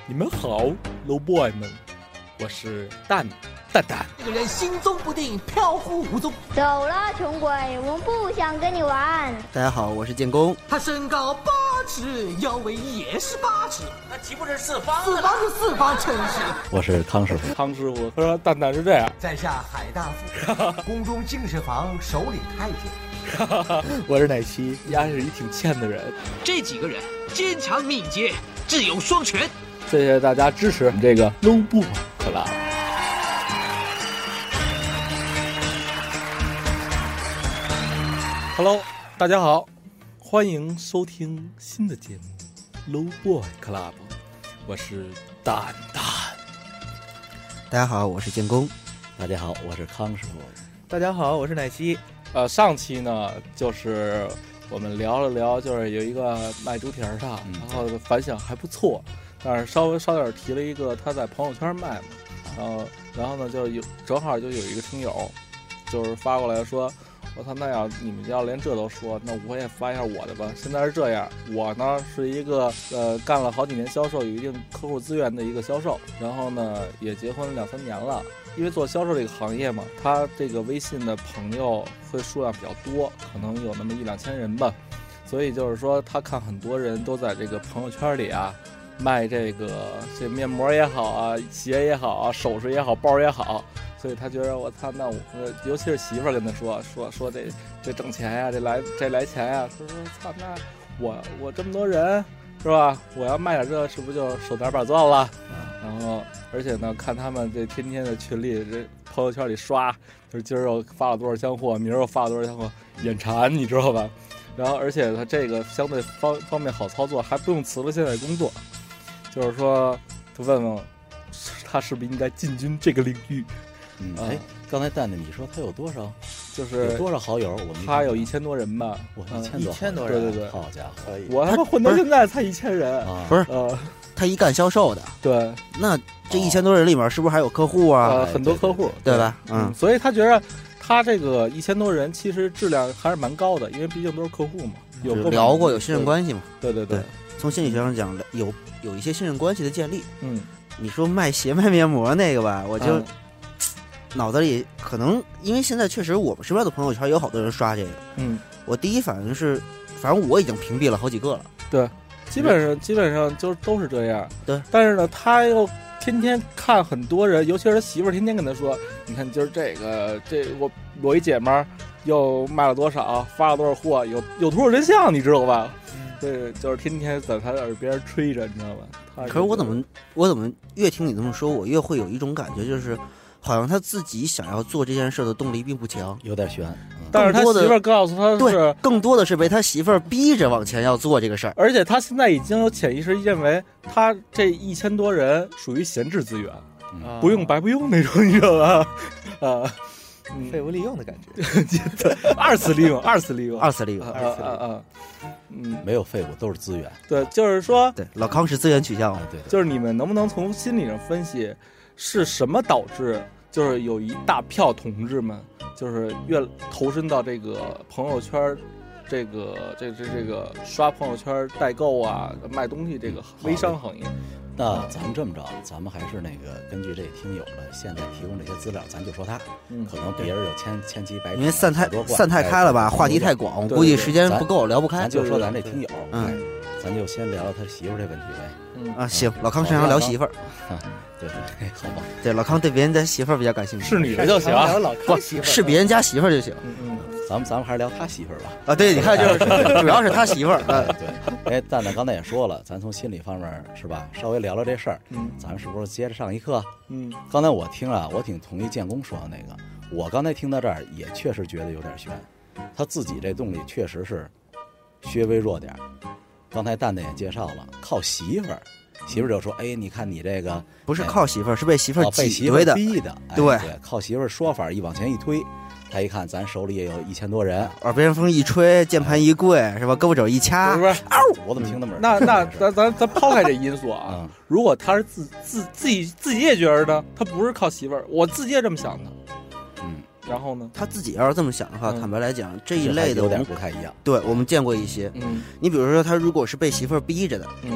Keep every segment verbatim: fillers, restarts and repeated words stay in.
你们好 ，low boy 们，我是蛋蛋蛋。 这个人心踪不定，飘忽无踪。 走了，穷鬼，我们不想跟你玩。 大家好，我是建功。 他身高八尺，腰围也是八尺， 那岂不是四方？ 四方是四方程式。 我是康师傅。 康师傅，他说蛋蛋是这样， 在下海大富，宫中进士房首领太监。 我是奶昔，丫是一挺欠的人。 这几个人坚强敏捷，智勇双全。 谢谢大家支持我们这个 low boy club。Hello， 大家好，欢迎收听新的节目 low boy club， 我是蛋蛋。 大家好，我是建功。 大家好，我是康师傅。 大家好，我是奶昔。 呃，上期呢，就是我们聊了聊，就是有一个卖猪蹄儿的， 嗯、 然后反响还不错，但是稍微稍点提了一个他在朋友圈卖嘛，然后然后呢，就有正好就有一个听友，就是发过来说，我操，那要你们要连这都说，那我也发一下我的吧。现在是这样，我呢是一个呃干了好几年销售，有一定客户资源的一个销售，然后呢也结婚两三年了。因为做销售这个行业嘛，他这个微信的朋友会数量比较多，可能有那么一两千人吧，所以就是说他看很多人都在这个朋友圈里啊卖这个这面膜也好啊，鞋也好啊，首饰也好，包也好，所以他觉得我操，那我尤其是媳妇儿跟他说说说这这挣钱呀、啊，这来这来钱呀、啊，说说操，那我我这么多人是吧？我要卖点这是不是就手拿把攥了？然后，而且呢，看他们这天天的群里、这朋友圈里刷，就是今儿又发了多少箱货，明儿又发了多少箱货，眼馋，你知道吧？然后，而且他这个相对方方面好操作，还不用辞了现在工作，就是说，他问问他是不是应该进军这个领域？ 嗯，哎、呃，刚才蛋蛋你说他有多少？ 就是有多少好友？我他有一千多人吧？ 我一千多，一千多人， 对对对， 好家伙！ 我他妈混到现在才一千人， 不是？ 呃。 他一干销售的， 对， 那这一千多人里面是不是还有客户啊？ 呃，很多客户， 对吧？ 嗯，所以他觉得他这个一千多人其实质量还是蛮高的，因为毕竟都是客户嘛，有聊过，有信任关系嘛。 对对 对, 对， 从心理学上讲，有有一些信任关系的建立。 嗯， 你说卖鞋卖面膜那个吧，我就、嗯、脑子里可能因为现在确实我们身边的朋友圈有好多人刷这个， 嗯， 我第一反应是，反正我已经屏蔽了好几个了。 对。基本上基本上就都是这样， 对。 但是呢，他又天天看很多人，尤其是他媳妇儿天天跟他说：“你看今儿这个这我我一姐们儿又卖了多少，发了多少货，有有多少人像，你知道吧？”嗯，对，就是天天在他耳边吹着，你知道吧？ 可是我怎么我怎么越听你这么说，我越会有一种感觉，就是好像他自己想要做这件事的动力并不强， 有点悬。 但是他媳妇儿告诉他是， 对，更多的是被他媳妇儿逼着往前要做这个事儿。 而且他现在已经有潜意识认为，他这一千多人属于闲置资源，嗯、不用白不用那种，你知道吧？啊， 嗯、废物利用的感觉， 二次利用，二次利用， 二次利用， 二次利用，啊啊， 嗯，没有废物，都是资源。 对，就是说， 对，老康是资源取向啊， 对， 就是你们能不能从心理上分析，是什么导致？就是有一大票同志们，就是越投身到这个朋友圈，这个这这这个刷朋友圈代购啊、卖东西这个微商行业。 那咱们这么着，咱们还是那个根据这听友的现在提供这些资料，咱就说他，嗯，可能别人有千千奇百， 因为散太散太开了吧，话题太广，我估计时间不够聊不开。 咱就说咱这听友， 嗯， 咱就先聊聊他媳妇这问题呗。 嗯啊，行，老康身上聊媳妇儿， 啊，对对，好吧， 对，老康对别人家媳妇儿比较感兴趣， 是女的就行， 聊老康媳妇儿， 是别人家媳妇儿就行。 嗯嗯， 咱们咱们还是聊他媳妇儿吧。 啊，对，你看就是主要是他媳妇儿。 啊，对，哎，蛋蛋刚才也说了，咱从心理方面是吧，稍微聊聊这事儿。 嗯， 咱们是不是接着上一课？ 嗯， 刚才我听了，我挺同意建功说的那个，我刚才听到这儿也确实觉得有点悬，他自己这动力确实是稍微弱点。刚才蛋蛋也介绍了，靠媳妇儿。媳妇儿就说：“哎，你看你这个不是靠媳妇儿，是被媳妇儿挤兑的， 逼的。哎、 对对，靠媳妇儿说法一往前一推，他一看咱手里也有一千多人， 耳边风一吹，键盘一跪，是吧？胳膊肘一掐， 不是？ 嗷！我怎么听那么？ 那那咱咱咱抛开这因素啊， 嗯、 如果他是自自自己自己也觉得呢，他不是靠媳妇儿，我自己也这么想的， 嗯。” 然后呢？ 他自己要是这么想的话， 嗯、 坦白来讲，这一类的有点不太一样。 对，我们见过一些。 嗯， 你比如说，他如果是被媳妇儿逼着的， 嗯，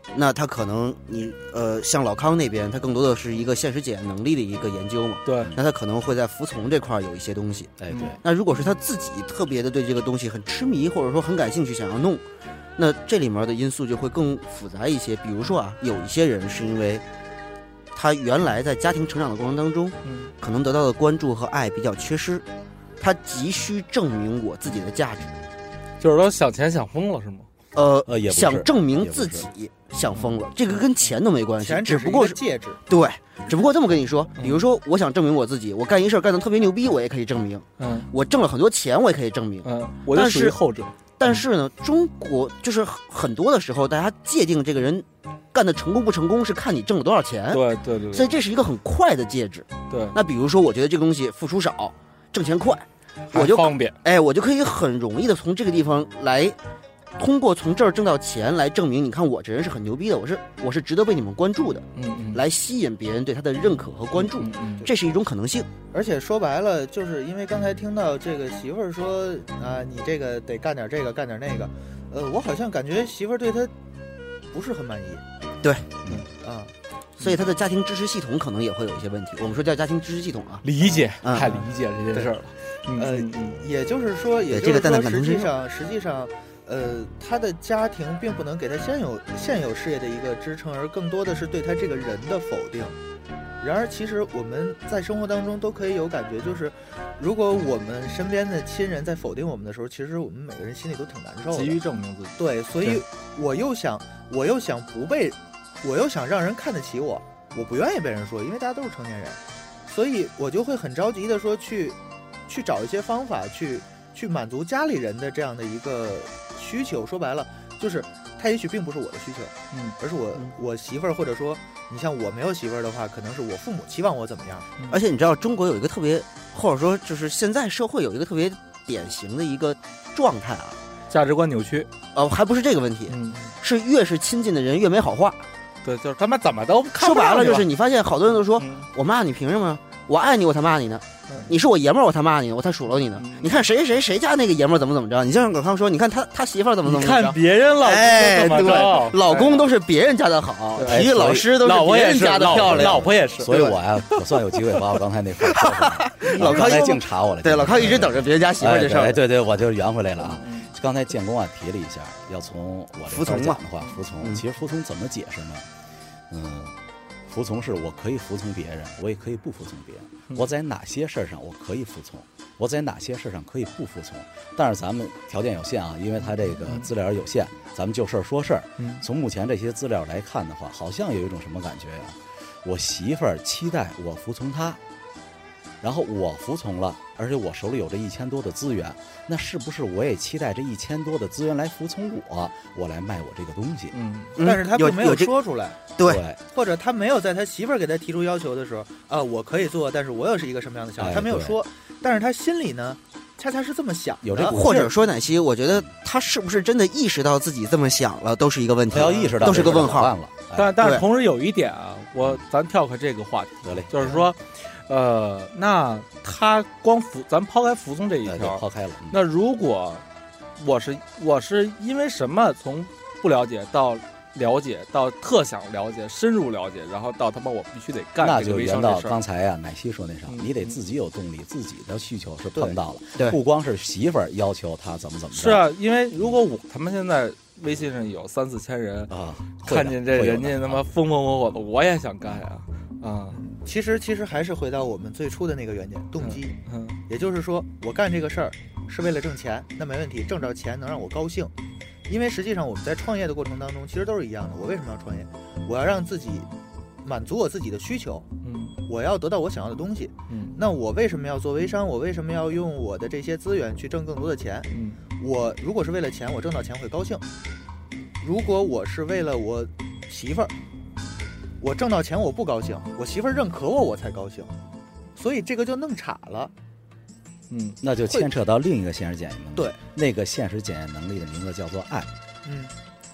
那他可能你呃，像老康那边，他更多的是一个现实检验能力的一个研究嘛。 对， 那他可能会在服从这块有一些东西。 哎，对。 那如果是他自己特别的对这个东西很痴迷，或者说很感兴趣，想要弄，那这里面的因素就会更复杂一些。比如说啊，有一些人是因为他原来在家庭成长的过程当中， 嗯， 可能得到的关注和爱比较缺失，他急需证明我自己的价值。 就是说想钱想疯了是吗？ 呃呃，也不是想证明自己想疯了，这个跟钱都没关系， 钱只不过是戒指。 对，只不过这么跟你说，比如说我想证明我自己，我干一事干得特别牛逼，我也可以证明， 嗯， 我挣了很多钱，我也可以证明， 嗯，我就属于后者。 但是呢，中国就是很多的时候，大家界定这个人干的成功不成功是看你挣了多少钱， 对对 对, 对， 所以这是一个很快的介质。 对， 那比如说，我觉得这个东西付出少，挣钱快，我就方便， 哎，我就可以很容易的从这个地方来。通过从这儿挣到钱来证明，你看我这人是很牛逼的，我是我是值得被你们关注的， 嗯嗯， 来吸引别人对他的认可和关注， 嗯嗯， 这是一种可能性。 而且说白了，就是因为刚才听到这个媳妇儿说啊，你这个得干点这个，干点那个，呃，我好像感觉媳妇儿对他不是很满意。 对， 嗯啊， 所以他的家庭支持系统可能也会有一些问题。我们说叫家庭支持系统啊， 理解， 嗯、 太理解这件事了。 呃，也就是说，也就是说，实际上，实际上。呃，他的家庭并不能给他现有现有事业的一个支撑，而更多的是对他这个人的否定。然而，其实我们在生活当中都可以有感觉，就是如果我们身边的亲人在否定我们的时候，其实我们每个人心里都挺难受的。 急于证明自己。 对，所以我又想，我又想不被，我又想让人看得起我，我不愿意被人说，因为大家都是成年人，所以我就会很着急的说去，去找一些方法去去满足家里人的这样的一个需求。说白了就是他也许并不是我的需求， 嗯， 而是我、嗯、我媳妇儿，或者说你像我没有媳妇儿的话，可能是我父母期望我怎么样、 嗯、而且你知道中国有一个特别，或者说就是现在社会有一个特别典型的一个状态啊， 价值观扭曲。 呃还不是这个问题， 嗯， 是越是亲近的人越没好话。 对，就是他妈怎么都看说白了就是你发现好多人都说、 嗯、 我骂你凭什么，我爱你我才骂你呢，你是我爷们儿，我才骂你，我才数落你呢。嗯、你看谁谁谁家那个爷们儿怎么怎么着？你就像葛康说，你看他他媳妇儿怎么怎么着？ 你看别人老公怎么着、 哎、老公都是别人家的好，体育老师都是别人家的漂亮， 老婆也是。 所以我呀，我算有机会把我刚才那话说出来。老康才净查我了。 对，老康一直等着别人家媳妇儿这事儿。 哎，对对，我就圆回来了啊。嗯、刚才建功啊提了一下，要从我这边讲的话，服从。 嗯、 其实服从怎么解释呢？嗯。服从是我可以服从别人，我也可以不服从别人。我在哪些事儿上我可以服从，我在哪些事儿上可以不服从。但是咱们条件有限啊，因为他这个资料有限，咱们就事儿说事儿。从目前这些资料来看的话，好像有一种什么感觉呀？我媳妇儿期待我服从她，然后我服从了，而且我手里有这一千多的资源，那是不是我也期待这一千多的资源来服从我，我来卖我这个东西？ 嗯，但是他并没有说出来， 对， 或者他没有在他媳妇儿给他提出要求的时候啊，我可以做，但是我又是一个什么样的想法， 哎、 他没有说，但是他心里呢，恰恰是这么想的。 有这或者说奶昔，我觉得他是不是真的意识到自己这么想了，都是一个问题。 他要意识到， 都是个问号了。 哎、但但是同时有一点啊，我咱跳开这个话题， 得嘞， 就是说。呃，那他光服，咱抛开服从这一条， 抛开了。 嗯、那如果我是我是因为什么从不了解到了解，到特想了解、深入了解，然后到他妈我必须得干那这个微商就圆到刚才啊，奶昔说那啥，嗯、你得自己有动力，自己的需求是碰到了， 对， 不光是媳妇儿要求他怎么怎么着。 是啊，因为如果我他妈现在微信上有三四千人啊， 看见这人家他妈风风火火的，我也想干呀，啊。 其实，其实还是回到我们最初的那个原点，动机。 嗯，嗯也就是说，我干这个事儿是为了挣钱，那没问题，挣着钱能让我高兴。因为实际上我们在创业的过程当中，其实都是一样的。我为什么要创业？我要让自己满足我自己的需求， 嗯， 我要得到我想要的东西。 嗯， 那我为什么要做微商？我为什么要用我的这些资源去挣更多的钱？ 嗯， 我如果是为了钱，我挣到钱会高兴。如果我是为了我媳妇儿，我挣到钱我不高兴，我媳妇儿认可我我才高兴，所以这个就弄岔了。 嗯，那就牵扯到另一个现实检验能力。 对， 那个现实检验能力的名字叫做爱。 嗯，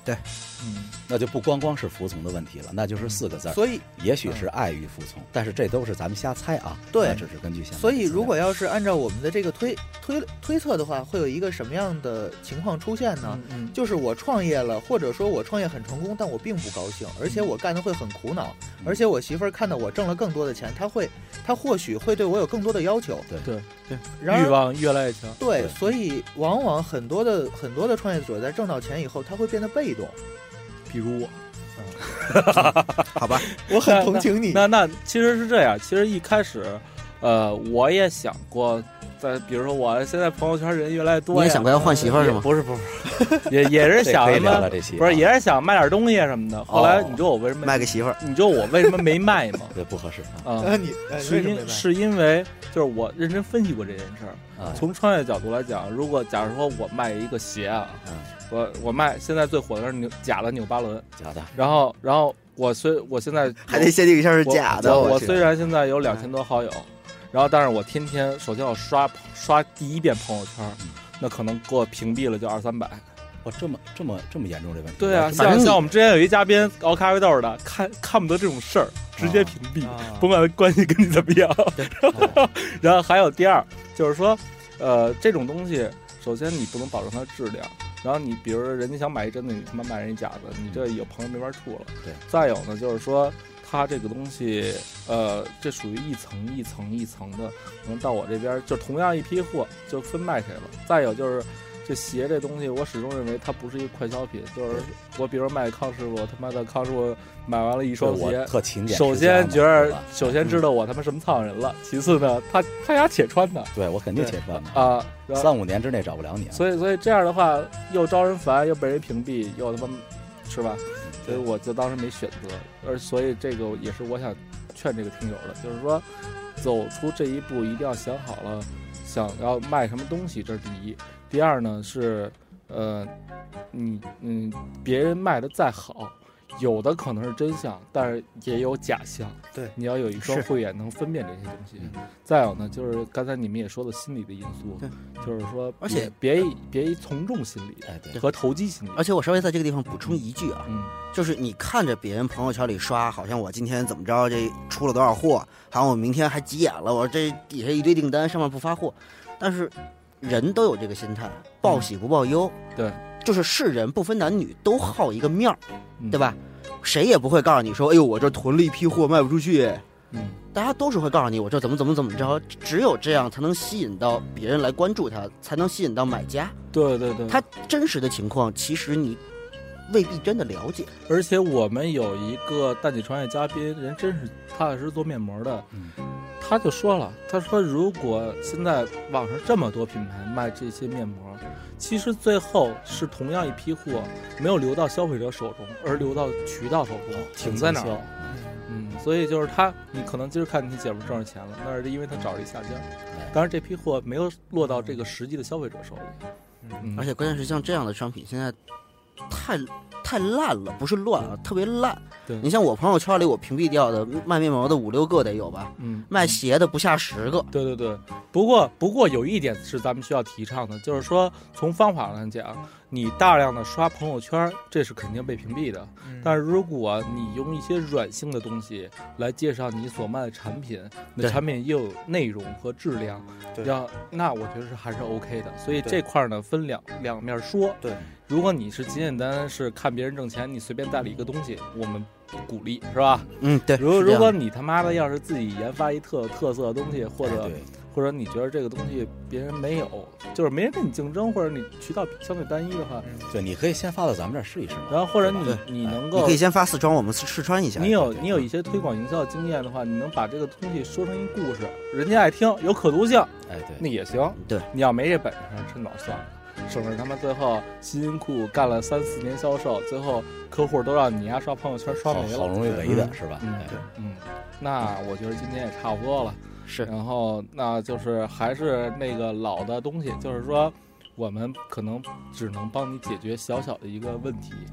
对， 嗯， 那就不光光是服从的问题了，那就是四个字， 所以也许是爱与服从，嗯、但是这都是咱们瞎猜啊， 对， 只是根据现在。 所以如果要是按照我们的这个推推推测的话，会有一个什么样的情况出现呢？ 嗯嗯、 就是我创业了，或者说我创业很成功，但我并不高兴，而且我干的会很苦恼，嗯、而且我媳妇儿看到我挣了更多的钱，她会，她或许会对我有更多的要求。 对对对， 然而欲望越来越强。 对，对所以往往很多的很多的创业者在挣到钱以后，他会变得被动。 比如我， 嗯、好吧， 我很同情你。 那 那, 那其实是这样，其实一开始，呃，我也想过，在比如说我现在朋友圈人越来越多， 你也想过要换媳妇儿是吗？ 不是不是，也也是想什么，不是也是想卖点东西什么的。后来你知道我为什么卖给媳妇儿？ 你知道我为什么没卖吗？ 这不合适啊！ 啊你是因是因为就是我认真分析过这件事儿啊。从创业角度来讲，如果假如说我卖一个鞋啊。 嗯我我卖现在最火的是纽假的纽巴伦， 假的。 然后然后我虽我现在还得限定一下是假的。 我, 我虽然现在有两千多好友，然后但是我天天首先我刷刷第一遍朋友圈，嗯、那可能给我屏蔽了就二三百。 哇，这么这么这么严重这问题？ 对啊，像像我们之前有一嘉宾熬咖啡豆的，看看不得这种事儿，直接屏蔽， 啊、 甭管关系跟你怎么样。 啊、 然后还有第二就是说，呃，这种东西首先你不能保证它的质量。然后你比如说人家想买一真的，你他妈卖人一假的，你这有朋友没法处了。 对。 再有呢，就是说它这个东西，呃，这属于一层一层一层的，可能到我这边就同样一批货就分卖谁了。再有就是这鞋这东西，我始终认为它不是一个快消品，就是我比如说卖康师傅，他妈的康师傅买完了一双鞋， 特勤俭。 首先觉得，首先知道我他妈什么苍人了，其次呢，他他家铁穿的， 对我肯定铁穿的啊， 三五年之内找不了你。 所以所以这样的话，又招人烦，又被人屏蔽，又他妈是吧？所以我就当时没选择，而所以这个也是我想劝这个听友的，就是说，走出这一步一定要想好了，想要卖什么东西，这是第一。第二呢是，呃，你嗯，别人卖的再好，有的可能是真相，但是也有假象。 对， 你要有一双慧眼能分辨这些东西。再有呢，就是刚才你们也说的心理的因素，就是说， 而且别别别一从众心理， 哎，对， 和投机心理。 而且我稍微在这个地方补充一句啊， 嗯， 就是你看着别人朋友圈里刷，好像我今天怎么着，这出了多少货，好像我明天还急眼了，我这底下一堆订单，上面不发货，但是。人都有这个心态，报喜不报忧， 嗯、对， 就是是人不分男女，都好一个面儿，嗯、对吧？谁也不会告诉你说，哎呦，我这囤了一批货卖不出去， 嗯， 大家都是会告诉你，我这怎么怎么怎么着，只有这样才能吸引到别人来关注他，才能吸引到买家。 对对对， 他真实的情况，其实你未必真的了解。 而且我们有一个淡季创业嘉宾，人真是踏踏实实做面膜的， 嗯。 他就说了，他说如果现在网上这么多品牌卖这些面膜，其实最后是同样一批货没有流到消费者手中，而流到渠道手中，停在那儿。嗯，所以就是他，你可能今儿看你姐夫挣着钱了，那是因为他找了一下家，当然这批货没有落到这个实际的消费者手里。 嗯，而且关键是像这样的商品现在太太烂了，不是乱啊，特别烂。 对， 你像我朋友圈里我屏蔽掉的卖面膜的五六个得有吧， 嗯， 卖鞋的不下十个。 对对对，不过不过有一点是咱们需要提倡的，就是说从方法上讲，你大量的刷朋友圈，这是肯定被屏蔽的。嗯、但是如果你用一些软性的东西来介绍你所卖的产品，你的产品又有内容和质量，要那我觉得是还是 OK 的。所以这块呢分两两面说。 对。 如果你是简简单单是看别人挣钱，你随便带了一个东西，我们不鼓励，是吧？ 嗯，对。 如如果你他妈的要是自己研发一特特色的东西，或者、 哎、 或者你觉得这个东西别人没有，就是没人跟你竞争，或者你渠道相对单一的话， 对，你可以先发到咱们这儿试一试。 然后或者你你能够， 你可以先发四川，我们试穿一下。 你有你有一些推广营销经验的话，你能把这个东西说成一故事，人家爱听，有可读性， 哎，对， 那也行。 对， 你要没这本事，趁早算了。省着他妈最后辛辛苦苦干了三四年销售，最后客户都让你丫刷朋友圈刷没了， 好容易围的、嗯、是吧？ 嗯，对，嗯，那我觉得今天也差不多了。 是， 然后那就是还是那个老的东西，就是说我们可能只能帮你解决小小的一个问题，哎，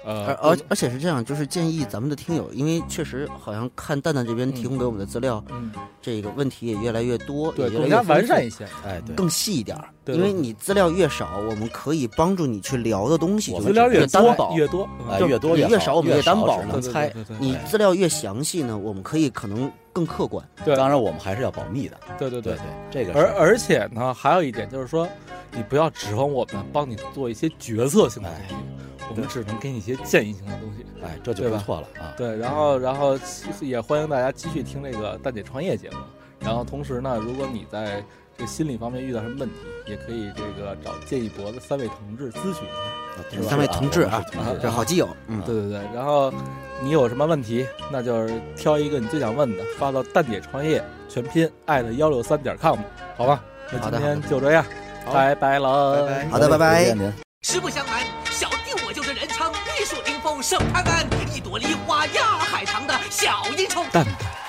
呃， 而而而且是这样，就是建议咱们的听友，因为确实好像看蛋蛋这边提供给我们的资料， 嗯， 这个问题也越来越多， 对， 也越来越更加完善一些， 哎，对， 更细一点。 对， 因为你资料越少，我们可以帮助你去聊的东西就资料越单薄， 越多， 哎，越多越少，我们越单薄， 能猜。 你资料越详细呢，我们可以可能更客观。 对， 当然我们还是要保密的。 对对对对，这个。 而而且呢，还有一点就是说，你不要指望我们帮你做一些决策性的东西。我们只能给你一些建议性的东西， 哎，这就不错了啊。 对，然后，然后也欢迎大家继续听这个蛋姐创业节目。然后同时呢，如果你在这心理方面遇到什么问题，也可以这个找建议博的三位同志咨询一下。三位同志啊，这好基友。嗯， 对对对。然后你有什么问题，那就是挑一个你最想问的，发到蛋姐创业全拼艾特幺六三点 com， 好吧？那今天就这样，拜拜了。 拜拜。 好的，拜拜。 实不相瞒，小弟我就是人称玉树临风盛潘安，一朵梨花压海棠的小英雄。 蛋蛋。